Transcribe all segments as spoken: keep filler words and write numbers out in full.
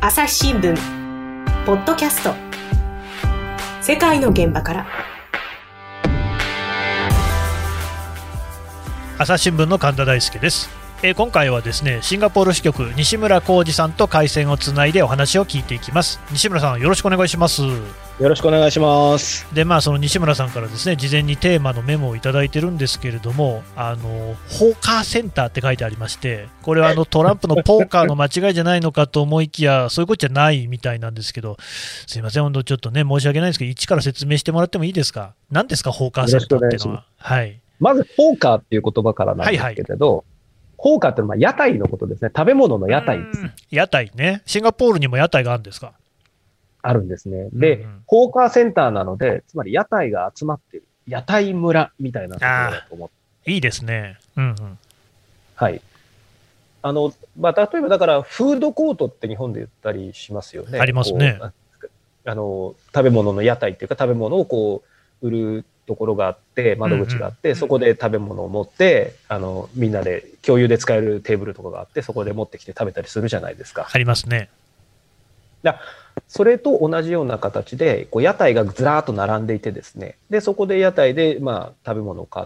朝日新聞ポッドキャスト、世界の現場から。 朝日新聞の神田大輔です。えー、今回はですね、シンガポール支局西村浩二さんと回線をつないでお話を聞いていきます。西村さん、よろしくお願いします。 よろしくお願いします。 で、まあ、その西村さんからですね、事前にテーマのメモをいただいてるんですけれども、あのポーカーセンターって書いてありまして、これはあのトランプのポーカーの間違いじゃないのかと思いきや、そういうことじゃないみたいなんですけど、すいません、本当ちょっとね、申し訳ないんですけど、一から説明してもらってもいいですか。何ですか、ポーカーセンターっていうのは。はい、 まずポーカーっていう言葉からなんですけれど、はいはい、ポーカーってのは屋台のことですね。食べ物の屋台です。 屋台ね。シンガポールにも屋台があるんですか。 あるんですね。で、うんうん、ポーカーセンターなので、つまり屋台が集まっている屋台村みたいなところだと思って。 いいですね。うんうん。 はい。あの、まあ、例えばだからフードコートって日本で言ったりしますよね。 ありますね。 あの、食べ物の屋台っていうか食べ物をこう売るところがあって、窓口があって、うんうん、そこで食べ物を持って、あの、みんなで共有で使えるテーブルとかがあって、そこで持ってきて食べたりするじゃないですか。 ありますね。 だそれと同じような形で、こう屋台がずらーっと並んでいてですね、で、そこで屋台で、まあ、食べ物を買って、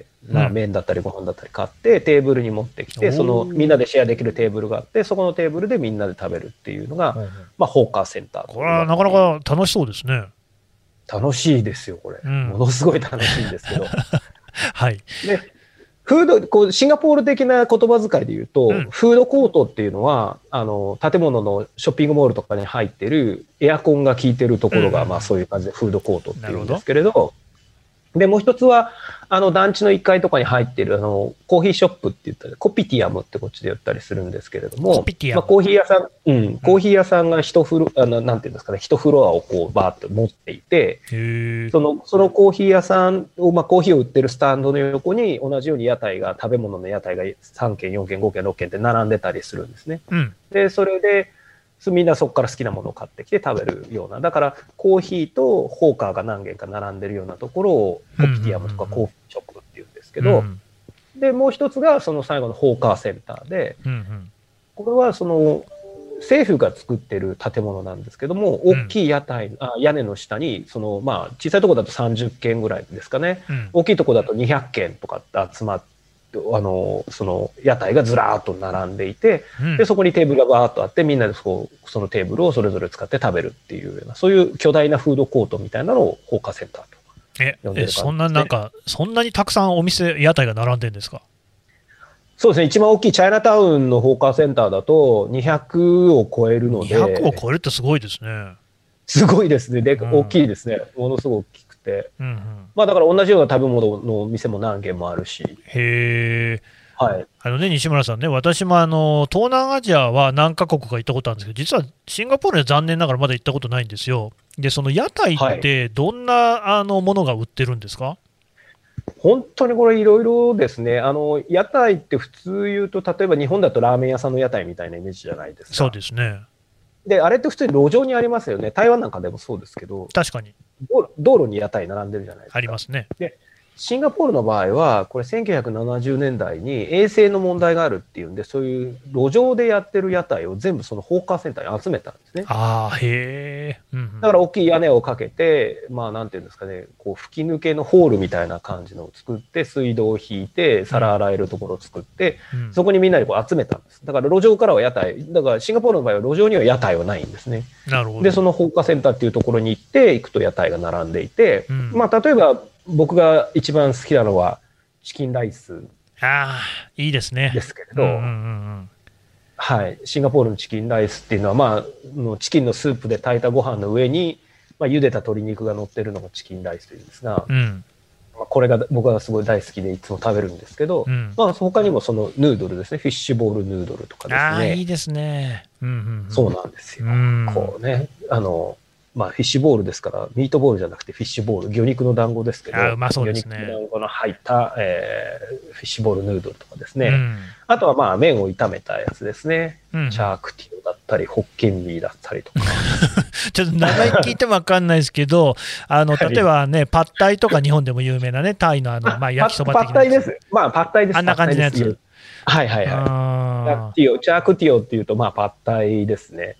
まあ、麺だったりご飯だったり買って、テーブルに持ってきて、その、みんなでシェアできるテーブルがあって、そこのテーブルでみんなで食べるっていうのが、まあ、ホーカーセンター。 これはなかなか楽しそうですね。 楽しいですよ、これ。うん、ものすごい楽しいんですけど。 はい。 で、フード、こう、シンガポール的な言葉遣いで言うと、うん、フードコートっていうのは、あの、建物のショッピングモールとかに入ってるエアコンが効いてるところが、うん、まあそういう感じでフードコートっていうんですけれど、で、もう一つは、あの、団地のいっかいとかに入っている、あの、コーヒーショップって言ったり、コピティアムってこっちで言ったりするんですけれども、 コピティアム。 まあ、コーヒー屋さん、うん、コーヒー屋さんが一フロ、あの、なんていうんですかね、一フロアをこう、バーッと持っていて、その、そのコーヒー屋さんを、まあ、コーヒーを売ってるスタンドの横に、同じように屋台が、食べ物の屋台がさんけん、よんけん、ごけん、ろっけんって並んでたりするんですね。 うん、 で、それで、みんなそこから好きなものを買ってきて食べるような。だから、コーヒーとホーカーが何軒か並んでるようなところを、コピティアムとかコーヒーショップっていうんですけど、うんうん、で、もう一つがその最後のホーカーセンターで、うんうん、これはその、政府が作ってる建物なんですけども、大きい屋台、うん、あ屋根の下に、その、まあ、小さいところだとさんじゅっけんぐらいですかね。うん、大きいところだとにひゃっけんとか集まって、あの、その屋台がずらーっと並んでいて、うん、で、そこにテーブルがバーっとあって、みんなでそ, そのテーブルをそれぞれ使って食べるっていうような、そういう巨大なフードコートみたいなのをホーカーセンターと呼んでる感じですね。 え、そんななんか、そんなにたくさんお店、屋台が並んでるんですか？ そうですね。一番大きいチャイナタウンのホーカーセンターだとにひゃくを超えるので。 にひゃくを超えるってすごいですね。 すごいですね。で、うん、大きいですね。ものすごく大きくて。うんうん、まあだから同じような食べ物の店も何軒もあるし。 へー。 はい、 あのね、西村さんね、私もあの東南アジアは何カ国か行ったことあるんですけど、実はシンガポールには残念ながらまだ行ったことないんですよ。で、その屋台ってどんな、はい、あのものが売ってるんですか？ 本当にこれいろいろですね。あの屋台って普通言うと、例えば日本だとラーメン屋さんの屋台みたいなイメージじゃないですか。 そうですね。 で、あれって普通に路上にありますよね。台湾なんかでもそうですけど。 確かに。 道路に屋台並んでるじゃないですか。 ありますね。 でシンガポールの場合は、これせんきゅうひゃくななじゅうねんだいに衛生の問題があるっていうんで、そういう路上でやってる屋台を全部そのホーカーセンターに集めたんですね。 ああ、へえ、うんうん。 だから大きい屋根をかけて、まあなんていうんですかね、こう吹き抜けのホールみたいな感じのを作って、水道を引いて、皿洗えるところを作って、うん、そこにみんなでこう集めたんです。だから路上からは屋台、だからシンガポールの場合は路上には屋台はないんですね。 なるほど。 で、そのホーカーセンターっていうところに行って、行くと屋台が並んでいて、うん、まあ例えば、僕が一番好きなのはチキンライス。 ああ、いいですね。 ですけれど、はい、シンガポールのチキンライスっていうのは、まあ、チキンのスープで炊いたご飯の上に、まあ、茹でた鶏肉が乗ってるのがチキンライスというんですが、うん、まあ、これが僕はすごい大好きでいつも食べるんですけど、うん、まあ、他にもそのヌードルですね、フィッシュボールヌードルとかですね。 ああ、いいですね。 うんうんうん、そうなんですよ。うん、こうね、あの、まあ、フィッシュボールですから、ミートボールじゃなくてフィッシュボール、魚肉の団子ですけど、 あ、うまそうですね。 魚肉の団子の入った、えー、フィッシュボールヌードルとかですね。うん、あとはまあ、麺を炒めたやつですね。うん、チャークティオだったり、ホッケンミーだったりとか。 ちょっと名前聞いても分かんないですけど、あの、例えばね、パッタイとか日本でも有名なね、タイのあの、まあ、焼きそば的な。 パッタイです。まあ、パッタイです。 あんな感じのやつ。 はいはいはい。チャークティオ、チャークティオっていうと、まあ、パッタイですね。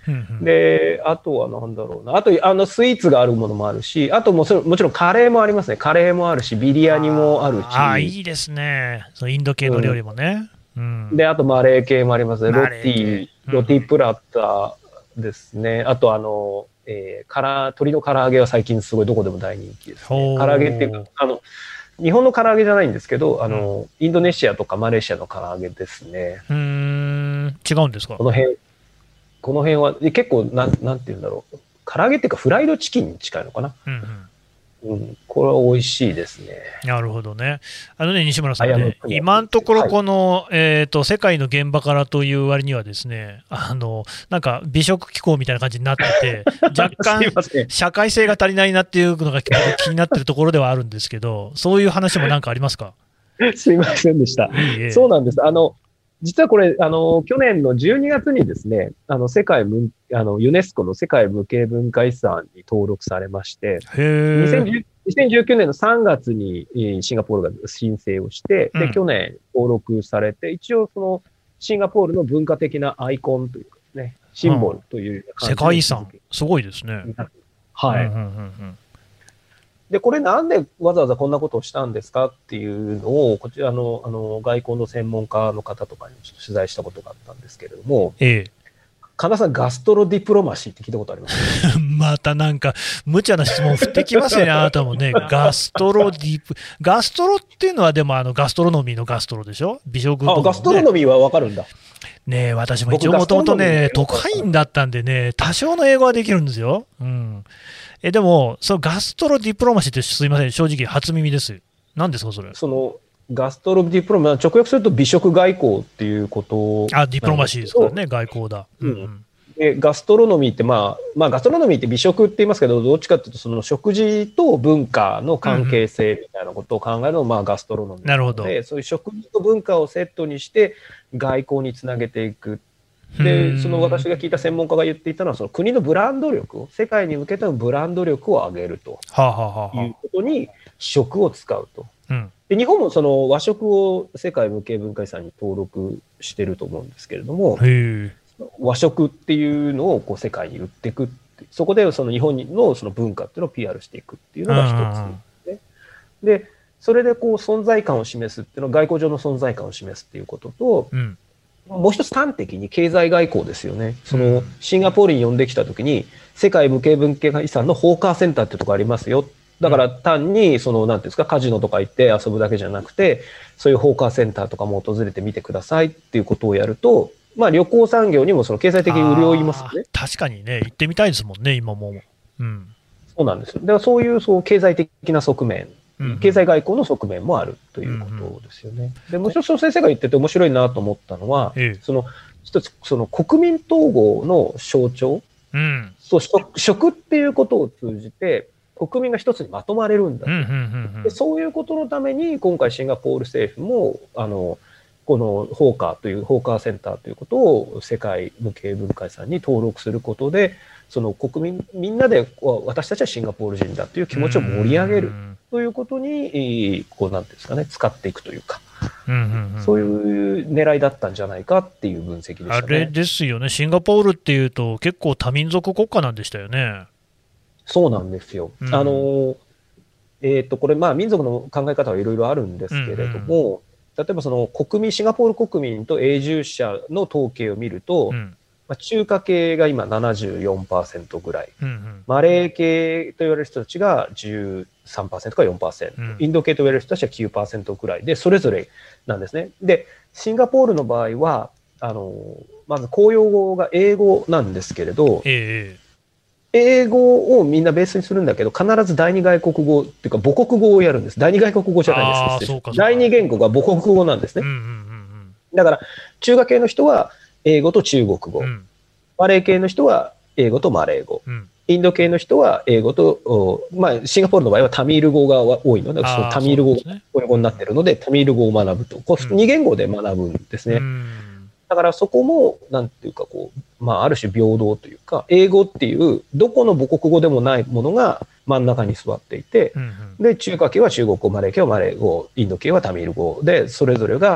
うんうん、 で、あとはなんだろうな。あと、あの、スイーツがあるものもあるし、あともそもちろんカレーもありますね。カレーもあるし、ビリヤニもあるし。 ああ、いいですね。そのインド系の料理もね。うん、 で、あとマレー系もありますね。ロティ、 うん、 ロティプラッタですね。あと、あの、えー、から鶏の唐揚げは最近すごいどこでも大人気ですね。唐揚げっていうか、あの、日本の唐揚げじゃないんですけど、あの、インドネシアとかマレーシアの唐揚げですね。 うーん、違うんですか？ この辺、この辺は結構なん、なんて言うんだろう。唐揚げっていうかフライドチキンに近いのかな。うん、うんうん、これは美味しいですね。 なるほどね。あのね、西村さんね、今のところこの、はい、えっと、世界の現場からという割にはですね、あの、なんか美食機構みたいな感じになってて、若干社会性が足りないなっていうのが気になってるところではあるんですけど、そういう話もなんかありますか？ すいませんでした。いいえ。そうなんです。あの、実はこれ、あの、去年のじゅうにがつにですね、あの、世界文、あの、ユネスコの世界無形文化遺産に登録されまして、にせんじゅうきゅうねんのさんがつにシンガポールが申請をして、で、去年登録されて、一応その、シンガポールの文化的なアイコンというかですね、シンボルという感じ、 世界遺産。すごいですね。 はい。うんうんうんうんで、これなんでわざわざこんなことをしたんですかっていうのを、こちらの、あの、外交の専門家の方とかに取材したことがあったんですけれども、 ええ。 神田さん、ガストロディプロマシーって聞いたことありますまたなんか、無茶な質問振ってきますよね、あなたもね。ガストロディプ、ガストロっていうのはでもあのガストロノミーのガストロでしょ？美食とか、ね。 あ、ガストロノミーはわかるんだ。 ねえ、私も一応もともとね、特派員だったんでね、多少の英語はできるんですよ。うん。え、でも、そのガストロディプロマシーってすいません、正直初耳です。何ですか、それ。 その、ガストロディプロマシー、直訳すると美食外交っていうこと。 あ、ディプロマシーですからね、外交だ。 うん、うんでガストロノミーって、まあ、まあ、ガストロノミーって美食って言いますけど、どっちかというと、その食事と文化の関係性みたいなことを考えるのが、まあ、ガストロノミーなので、なるほど。そういう食事と文化をセットにして、外交につなげていく。で、その私が聞いた専門家が言っていたのは、その国のブランド力を、世界に向けてのブランド力を上げるということに、食を使うと。うん、で日本もその和食を世界無形文化遺産に登録してると思うんですけれども、和食っていうのをこう世界に売っていくって、そこでその日本のその文化っていうのを ピーアール していくっていうのが一つですね。で、それでこう存在感を示すっていうのは外交上の存在感を示すっていうことと、うん、もう一つ端的に経済外交ですよね。そのシンガポールに呼んできたときに、世界無形文化遺産のホーカーセンターっていうところありますよ。だから単にそのなんていうんですか、カジノとか行って遊ぶだけじゃなくて、そういうホーカーセンターとかも訪れてみてくださいっていうことをやると、まあ旅行産業にもその経済的に潤いますよね。 確かにね、行ってみたいですもんね、今も。うん。 そうなんですよ。だからそういうそう経済的な側面、経済外交の側面もあるということですよね。うんうん、で、もう一つ先生が言ってて面白いなと思ったのは、ええ、その一つその国民統合の象徴、うん、そう 食, 食っていうことを通じて国民が一つにまとまれるんだ、うんうんうんうん、で。そういうことのために今回シンガポール政府もあのこのホーカーというホーカーセンターということを世界無形文化遺産に登録することで、その国民みんなで私たちはシンガポール人だという気持ちを盛り上げるということに、こうなんていうんですかね、使っていくというか、うんうんうん、そういう狙いだったんじゃないかっていう分析でしたね。 あれですよね、シンガポールっていうと結構多民族国家なんでしたよね。 そうなんですよ。うん、あのえっとこれまあ民族の考え方はいろいろあるんですけれども。うんうん、例えばその国民、シンガポール国民と永住者の統計を見ると、うん、まあ、中華系が今 ななじゅうよんパーセント ぐらい、うんうん、マレー系と言われる人たちが じゅうさんパーセント か よんパーセント、うん、インド系と言われる人たちは きゅうパーセント ぐらいで、それぞれなんですね。で、シンガポールの場合は、あの、まず公用語が英語なんですけれど、えー英語をみんなベースにするんだけど、必ず第二外国語っていうか母国語をやるんです。第二外国語じゃないです。第二言語が母国語なんですね。うんうんうんうん、だから、中華系の人は英語と中国語、うん、マレー系の人は英語とマレー語、うん、インド系の人は英語と、まあ、シンガポールの場合はタミール語が多いので、そのタミール語が公語になっているので、タミール語を学ぶと。こう二言語で学ぶんですね。うん、だからそこも、なんていうかこう、まあ、ある種平等というか、英語っていう、どこの母国語でもないものが真ん中に座っていて、うんうん、で、中華系は中国語、マレー系はマレー語、インド系はタミール語で、それぞれが、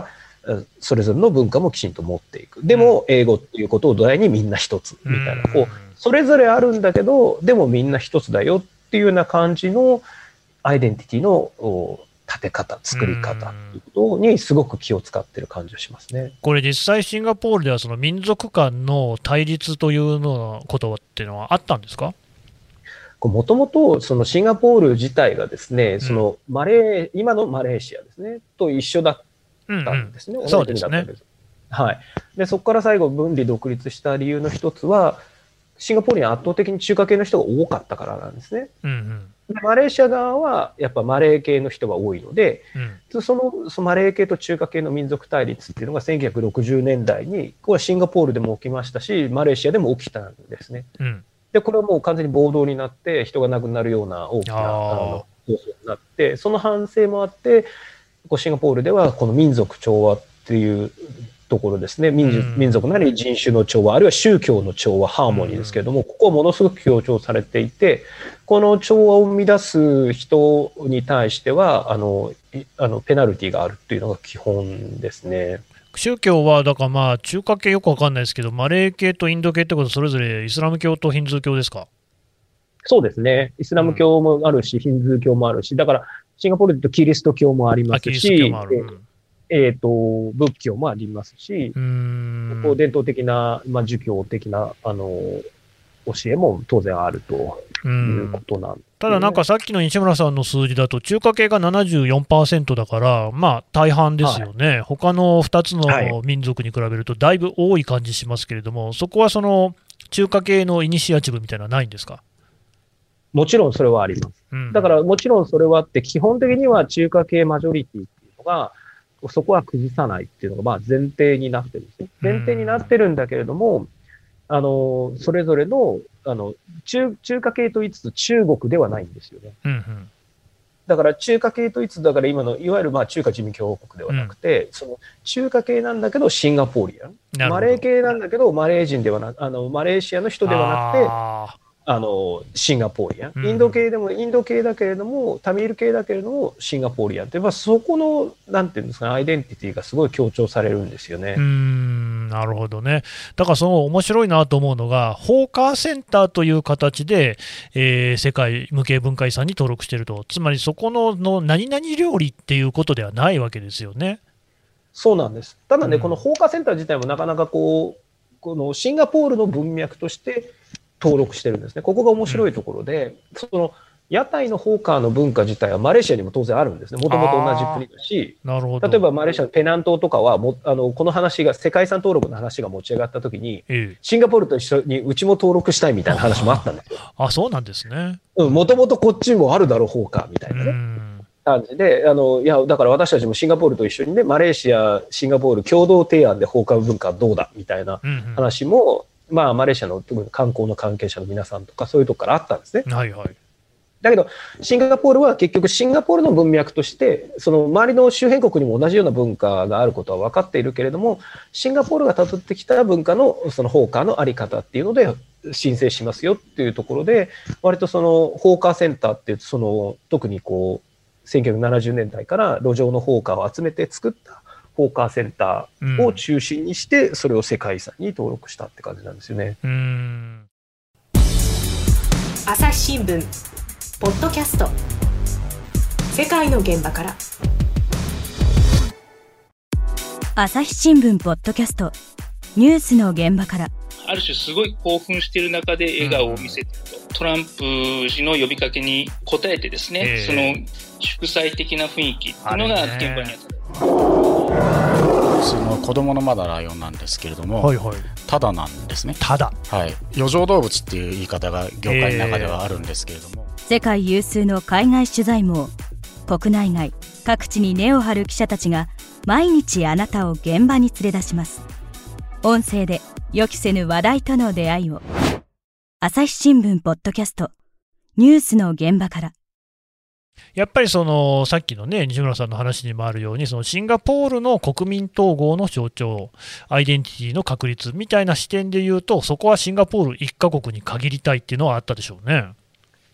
それぞれの文化もきちんと持っていく。でも、英語っていうことを土台にみんな一つみたいな、こう、それぞれあるんだけど、でもみんな一つだよっていうような感じのアイデンティティの立て方、作り方っていうことにすごく気を使ってる感じがしますね。 これ実際シンガポールではその民族間の対立というのことっていうのはあったんですか？ もともとそのシンガポール自体がですね、そのマレー、今のマレーシアですね、と一緒だったんですね。 うんうん、そうですね。 はい。で、そこから最後分離独立した理由の一つは、シンガポールに圧倒的に中華系の人が多かったからなんですね。 うんうんでマレーシア側はやっぱマレー系の人が多いので、うん、そのそのマレー系と中華系の民族対立っていうのがせんきゅうひゃくろくじゅうねんだいにこれはシンガポールでも起きましたし、マレーシアでも起きたんですね。うん、でこれはもう完全に暴動になって人が亡くなるような大きなあの暴動になって、その反省もあってこうシンガポールではこの民族調和っていうところですね、民族、民族なり人種の調和、あるいは宗教の調和、ハーモニーですけれども、ここはものすごく強調されていて、この調和を生み出す人に対しては、あの、あのペナルティがあるっていうのが基本ですね。 宗教は、だからまあ、中華系よくわかんないですけど、マレー系とインド系ってこと、それぞれイスラム教とヒンズー教ですか？ そうですね。イスラム教もあるし、うん、ヒンズー教もあるし、だから、シンガポールで言うとキリスト教もありますし、えっと、仏教もありますし、うーんこう伝統的な、まあ、儒教的な、あの、教えも当然あるということなんです、ね、 ただなんかさっきの西村さんの数字だと、中華系が ななじゅうよんパーセント だから、まあ大半ですよね。はい、他のふたつの民族に比べるとだいぶ多い感じしますけれども、そこはその中華系のイニシアチブみたいなのはないんですか？ もちろんそれはあります。うん、だからもちろんそれはあって、基本的には中華系マジョリティっていうのが、そこは崩さないっていうのがまあ前提になってるんですね。前提になってるんだけれども、あの、それぞれの、あの、中、中華系と言いつつ中国ではないんですよね。うんうん、だから中華系と言いつつ、だから今の、いわゆるまあ中華人民共和国ではなくて、うん、その中華系なんだけどシンガポーリアン。マレー系なんだけどマレー人ではなく、あの、マレーシアの人ではなくて、あの、シンガポーリアン。インド系でも、インド系だけれども、タミール系だけれども、シンガポーリアンって、まあ、そこの、なんていうんですかね、アイデンティティがすごい強調されるんですよね。 うーん、なるほどね。だから、その面白いなと思うのが、ホーカーセンターという形で、えー、世界無形文化遺産に登録していると。つまり、そこの、の何々料理っていうことではないわけですよね。 そうなんです。ただね、うん、このホーカーセンター自体もなかなかこう、このシンガポールの文脈として、登録してるんですね。ここが面白いところで、うん、その屋台のホーカーの文化自体はマレーシアにも当然あるんですね。もともと同じ国だし、 なるほど。 例えばマレーシアのペナン島とかはもあのこの話が世界遺産登録の話が持ち上がったときに、ええ、シンガポールと一緒にうちも登録したいみたいな話もあったんですよ。 あ、そうなんですね。 うん、もともとこっちもあるだろうホーカーみたいなね。うん感じで、あの、いや、だから私たちもシンガポールと一緒にね、マレーシア、シンガポール共同提案でホーカー文化どうだみたいな話も、うんうんまあ、マレーシアの観光の関係者の皆さんとかそういうとこからあったんですね。 はいはい。 だけど、シンガポールは結局シンガポールの文脈として、その周りの周辺国にも同じような文化があることは分かっているけれども、シンガポールが辿ってきた文化のそのホーカーのあり方っていうので申請しますよっていうところで、割とそのホーカーセンターっていう、その特にこう、せんきゅうひゃくななじゅうねんだいから路上のホーカーを集めて作ったホーカーセンターを中心にして、それを世界遺産に登録したって感じなんですよね。 うーん。 朝日新聞ポッドキャスト世界の現場から。 朝日新聞ポッドキャストニュースの現場から。 ある種すごい興奮している中で笑顔を見せていると、トランプ氏の呼びかけに応えてですね、えー、その祝祭的な雰囲気というのが現場にあった。 その子供のまだライオンなんですけれども、はいはい、ただなんですね。 ただ、 はい、余剰動物っていう言い方が業界の中ではあるんですけれども、 えー、世界有数の海外取材網、国内外各地に根を張る記者たちが毎日あなたを現場に連れ出します。音声で予期せぬ話題との出会いを。朝日新聞ポッドキャストニュースの現場から。 やっぱりそのさっきのね西村さんの話にもあるように、そのシンガポールの国民統合の象徴、アイデンティティの確立みたいな視点で言うと、そこはシンガポール一カ国に限りたいっていうのはあったでしょうね。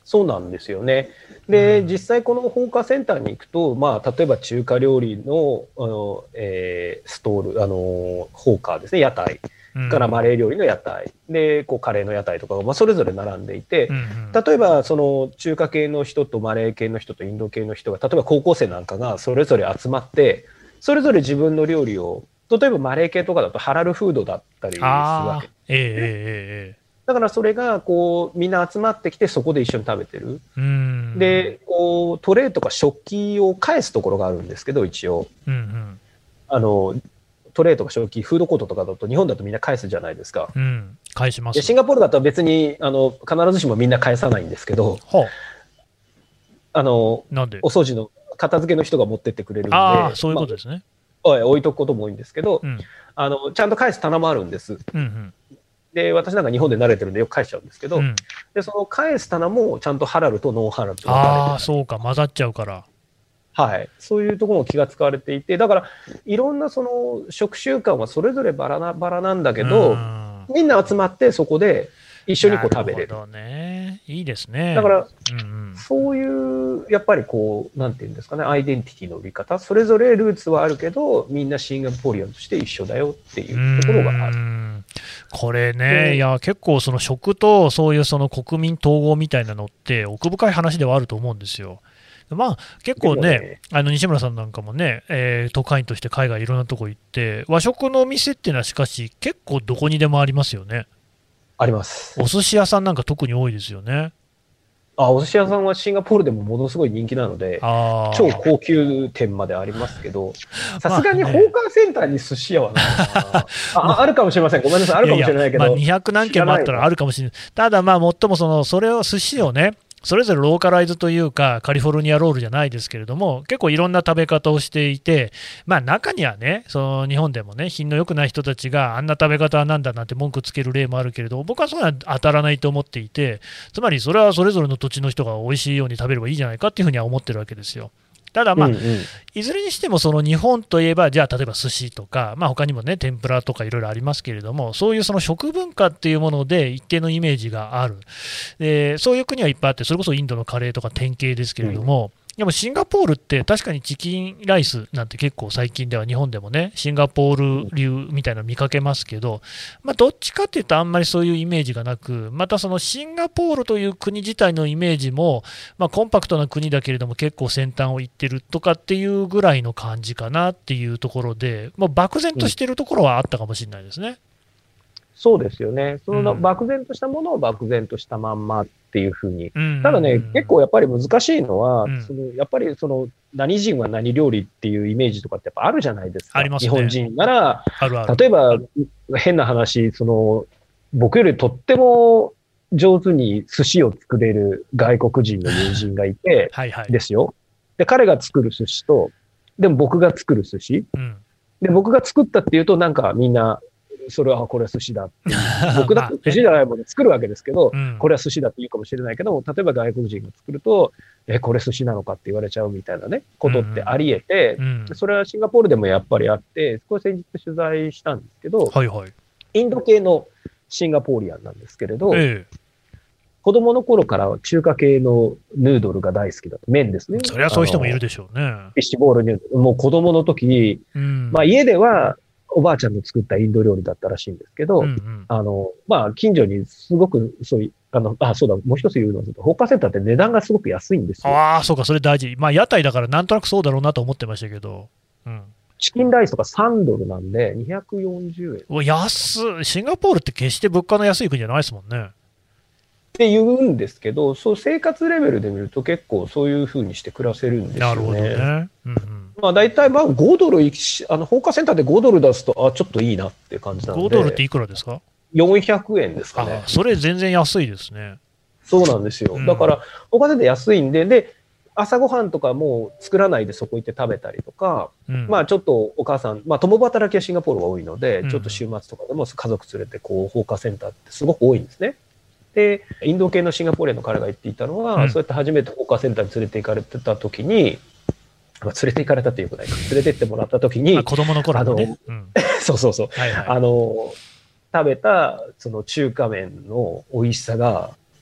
そうなんですよね。で、うん、実際この放火センターに行くと、まあ、例えば中華料理の、あの、えー、ストール、あの、放火ですね、屋台からマレー料理の屋台、うん、で、こうカレーの屋台とかが、まあ、それぞれ並んでいて、うんうん、例えばその中華系の人とマレー系の人とインド系の人が、例えば高校生なんかがそれぞれ集まって、それぞれ自分の料理を、例えばマレー系とかだとハラルフードだったりするわけです、ね。えーえーえーだからそれがこうみんな集まってきてそこで一緒に食べてる。うんでこうトレーとか食器を返すところがあるんですけど一応、うんうん、あのトレーとか食器フードコートとかだと日本だとみんな返すじゃないですか。うん、 返します。 でシンガポールだと別にあの必ずしもみんな返さないんですけど、はあ、あのなんでお掃除の片付けの人が持ってってくれるんで、 あそういうことですね。 まあ、置いとくことも多いんですけど、うん、あのちゃんと返す棚もあるんです。うんうんで私なんか日本で慣れてるんでよく返しちゃうんですけど、うん、でその返す棚もちゃんとハラルとノンハラルと分かれてる。 ああそうか混ざっちゃうから。 はい、そういうところも気が使われていてだからいろんなその食習慣はそれぞれバラなバラなんだけどみんな集まってそこで一緒にこう食べれる。 なるほどね。いいですね。 だから、うんうん、そういうやっぱりこうなんていうんですかねアイデンティティの売り方それぞれルーツはあるけどみんなシンガポリアンとして一緒だよっていうところがある。 これね、いや結構その食とそういうその国民統合みたいなのって奥深い話ではあると思うんですよ。まあ結構 ね, ねあの西村さんなんかもね、えー、特派員として海外いろんなとこ行って和食のお店っていうのはしかし結構どこにでもありますよね。 あります。 お寿司屋さんなんか特に多いですよね。 あ、お寿司屋さんはシンガポールでもものすごい人気なので超高級店までありますけどさすがに放火センターに寿司屋はないかな、あ, あるかもしれませんごめんなさいあるかもしれないけどいやいや、まあ、 にひゃく何軒もあったらあるかもしれない。ただまあ最もそのそれを寿司をねそれぞれローカライズというかカリフォルニアロールじゃないですけれども結構いろんな食べ方をしていて、まあ、中にはねその日本でもね品の良くない人たちがあんな食べ方はなんだなんて文句つける例もあるけれど僕はそれは当たらないと思っていてつまりそれはそれぞれの土地の人が美味しいように食べればいいじゃないかっていうふうには思ってるわけですよ。ただまあ、うんうん、いずれにしてもその日本といえばじゃあ例えば寿司とか、まあ、他にもね天ぷらとかいろいろありますけれどもそういうその食文化っていうもので一定のイメージがある。でそういう国はいっぱいあってそれこそインドのカレーとか典型ですけれども、うん、でもシンガポールって確かにチキンライスなんて結構最近では日本でもねシンガポール流みたいなの見かけますけど、まあ、どっちかっていうとあんまりそういうイメージがなくまたそのシンガポールという国自体のイメージも、まあ、コンパクトな国だけれども結構先端を行ってるとかっていうぐらいの感じかなっていうところで、まあ、漠然としているところはあったかもしれないですね。うん、 そうですよね。その漠然としたものを漠然としたまんまっていうふうに、うん、ただね、うん、結構やっぱり難しいのは、うん、そのやっぱりその何人は何料理っていうイメージとかってやっぱあるじゃないですか。 ありますね。 日本人ならあるある例えば変な話その僕よりとっても上手に寿司を作れる外国人の友人がいてはい、はい、ですよ。で彼が作る寿司とでも僕が作る寿司、うん、で僕が作ったっていうとなんかみんなそれはこれは寿司だっていう僕だって寿司じゃないもの作るわけですけど、まあこれは寿司だって言うかもしれないけど例えば外国人が作るとえこれ寿司なのかって言われちゃうみたいなねことってあり得て、うんうん、それはシンガポールでもやっぱりあってこれ先日取材したんですけど、はいはい、インド系のシンガポーリアンなんですけれど、ええ、子供の頃から中華系のヌードルが大好きだと麺ですね。 そりゃそういう人もいるでしょうね。 フィッシュボールにもう子供の時、うん、まあ家ではおばあちゃんの作ったインド料理だったらしいんですけど、うんうん、あの、まあ、近所にすごく、そういう、あの、あ、そうだ、もう一つ言うのは、放火センターって値段がすごく安いんですよ。 ああ、そうか、それ大事。まあ、屋台だからなんとなくそうだろうなと思ってましたけど。うん。 チキンライスとかさんドルなんで、にひゃくよんじゅうえん。 お、安い。シンガポールって決して物価の安い国じゃないですもんね。 って言うんですけど、そう生活レベルで見ると結構そういう風にして暮らせるんですよね。なるほどね。うんうん、まあ大体まあごドル、あの放火センターでごドル出すと、あ、ちょっといいなっていう感じなんで。 ごドルっていくらですか？ よんひゃくえんですかね。 あ、それ全然安いですね。 そうなんですよ。うん、だから放火センター安いんで、で、朝ごはんとかもう作らないでそこ行って食べたりとか、うん、まあちょっとお母さん、まあ共働きはシンガポールが多いので、うん、ちょっと週末とかでも家族連れてこう放火センターってすごく多いんですね。で、インド系のシンガポールの彼が言っていたのは、うん、そうやって初めて放火センターに連れて行かれてた時に、まあ、連れて行かれたっていうくらいか、連れて行ってもらった時に、 子供の頃にね、 うん、そうそうそう、はいはい、あの食べたその中華麺の美味しさが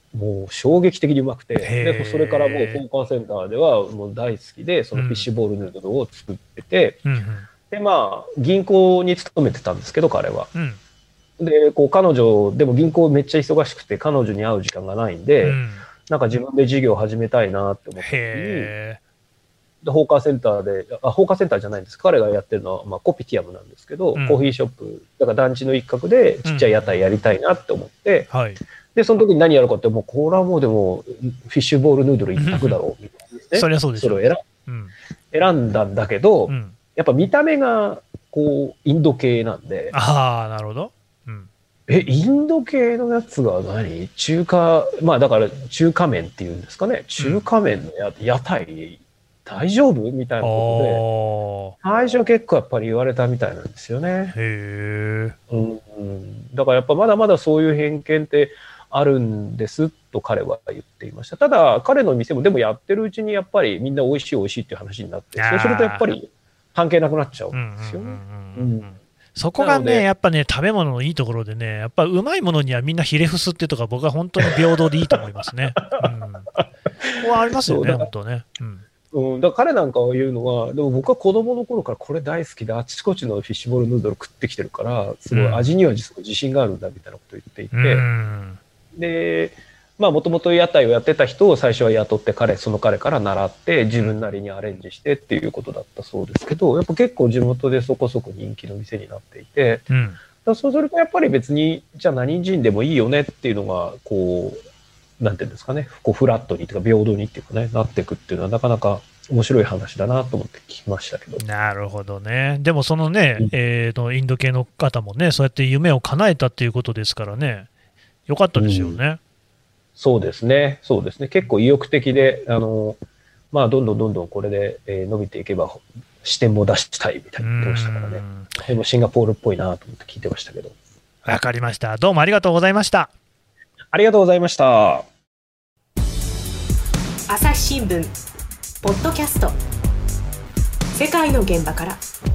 もう衝撃的にうまくて、でそれからもうホーカーセンターではもう大好きで、そのフィッシュボールヌードルを作ってて、うん、でまあ銀行に勤めてたんですけど彼は、うん、でこう彼女でも銀行めっちゃ忙しくて彼女に会う時間がないんで、うん、なんか自分で事業を始めたいなって思った時に、でホーカーセンターであホーカーセンターじゃないんです、彼がやってるのは、まあ、コピティアムなんですけど、うん、コーヒーショップだから団地の一角でちっちゃい屋台やりたいなって思って、うん、はいで、その時に何やるかって、もう、これはもうでも、フィッシュボールヌードル一択だろう、みたいなですね。 そりゃそうでしょ。 それを選、うん、選んだんだけど、うん、やっぱ見た目が、こう、インド系なんで。 ああ、なるほど。うん、 え、インド系のやつが何中華、まあだから中華麺っていうんですかね。中華麺のや、屋台、大丈夫みたいなことで、最初結構やっぱり言われたみたいなんですよね。へー。うん。だからやっぱまだまだそういう偏見って、あるんですと彼は言っていました。ただ彼の店もでもやってるうちにやっぱりみんな美味しい美味しいっていう話になって、そうするとやっぱり関係なくなっちゃうんですよね。 そこがねやっぱね食べ物のいいところでね、やっぱうまいものにはみんなひれ伏すっていうとか僕は本当に平等でいいと思いますね。うん、ここはありますよね本当ね。うんうん、だから彼なんかは言うのは、でも僕は子供の頃からこれ大好きであちこちのフィッシュボールヌードル食ってきてるからすごい味にはすごい自信があるんだみたいなことを言っていて、うん、でまあもともと屋台をやってた人を最初は雇って彼その彼から習って自分なりにアレンジしてっていうことだったそうですけど、やっぱ結構地元でそこそこ人気の店になっていて、うん、だそうするとやっぱり別にじゃあ何人でもいいよねっていうのがこうなんていうんですかね、こうフラットにというか平等にっていうかねなっていくっていうのはなかなか面白い話だなと思って聞きましたけど。 なるほどね。でもそのね、うん、えーとインド系の方もねそうやって夢を叶えたっていうことですからね、よかったですよね。うん、 そうですね、そうですね。結構意欲的で、あのまあどんどんどんどんこれで、えー、伸びていけば視点も出したいみたいに言ってましたからね。でもシンガポールっぽいなと思って聞いてましたけど。 わかりました。どうもありがとうございました。 ありがとうございました。 朝日新聞ポッドキャスト、世界の現場から。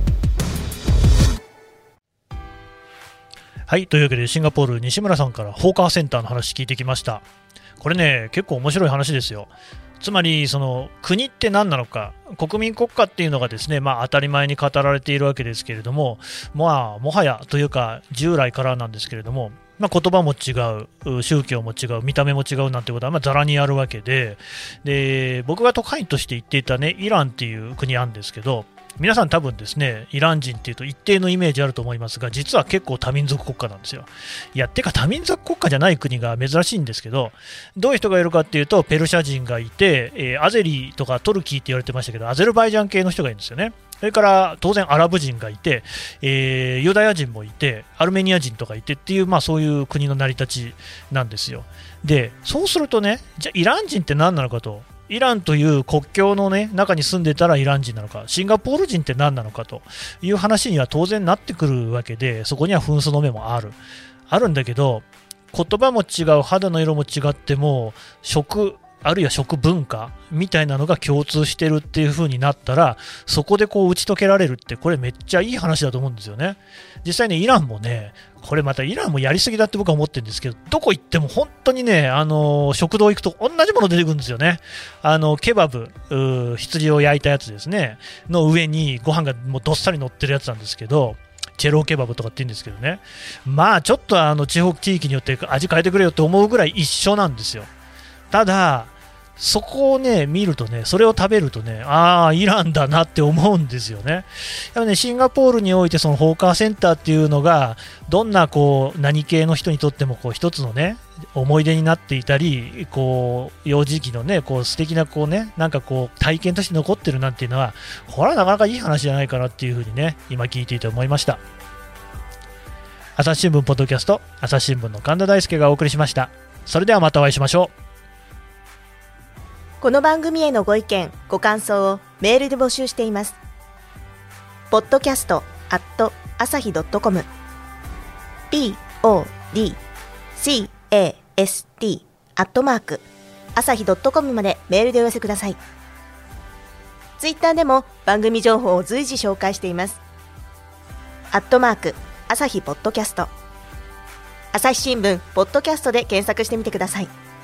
はい、というわけでシンガポール西村さんからホーカーセンターの話聞いてきました。これね結構面白い話ですよ。つまりその国って何なのか、国民国家っていうのがですね、まあ、当たり前に語られているわけですけれども、まあ、もはやというか従来からなんですけれども、まあ、言葉も違う、宗教も違う、見た目も違うなんてことはまあざらにあるわけで、で僕が都会員として行っていた、ね、イランっていう国なんですけど、皆さん多分ですねイラン人っていうと一定のイメージあると思いますが、実は結構多民族国家なんですよ。いやてか多民族国家じゃない国が珍しいんですけど、どういう人がいるかっていうとペルシャ人がいて、えー、アゼリとかトルキーって言われてましたけどアゼルバイジャン系の人がいるんですよね。それから当然アラブ人がいて、えー、ユダヤ人もいてアルメニア人とかいてっていう、まあ、そういう国の成り立ちなんですよ。でそうするとね、じゃあイラン人って何なのかと、イランという国境の、ね、中に住んでたらイラン人なのか、シンガポール人って何なのかという話には当然なってくるわけで、そこには紛争の目もあるあるんだけど、言葉も違う、肌の色も違っても食あるいは食文化みたいなのが共通してるっていう風になったら、そこでこう打ち解けられるって、これめっちゃいい話だと思うんですよね。実際ねイランもね、これまたイランもやりすぎだって僕は思ってるんですけど、どこ行っても本当にね、あのー、食堂行くと同じもの出てくるんですよね。あのケバブ、羊を焼いたやつですねの上にご飯がもうどっさり乗ってるやつなんですけど、チェローケバブとかって言うんですけどね、まあちょっとあの地方地域によって味変えてくれよって思うぐらい一緒なんですよ。ただそこをね見るとね、それを食べるとね、ああイランだなって思うんですよね。やっぱねシンガポールにおいてそのホーカーセンターっていうのがどんなこう何系の人にとってもこう一つのね思い出になっていたり、こう幼児期のねこう素敵なこうねなんかこう体験として残ってるなんていうのは、これはなかなかいい話じゃないかなっていうふうにね今聞いていて思いました。朝日新聞ポッドキャスト、朝日新聞の神田大輔がお送りしました。それではまたお会いしましょう。 この番組へのご意見ご感想をメールで募集しています。ポッドキャストアットアサヒドットコム ポッドキャストアットマークアサヒドットコムまでメールでお寄せください。ツイッターでも番組情報を随時紹介しています。アットマークアサヒポッドキャスト、朝日新聞ポッドキャストで検索してみてください。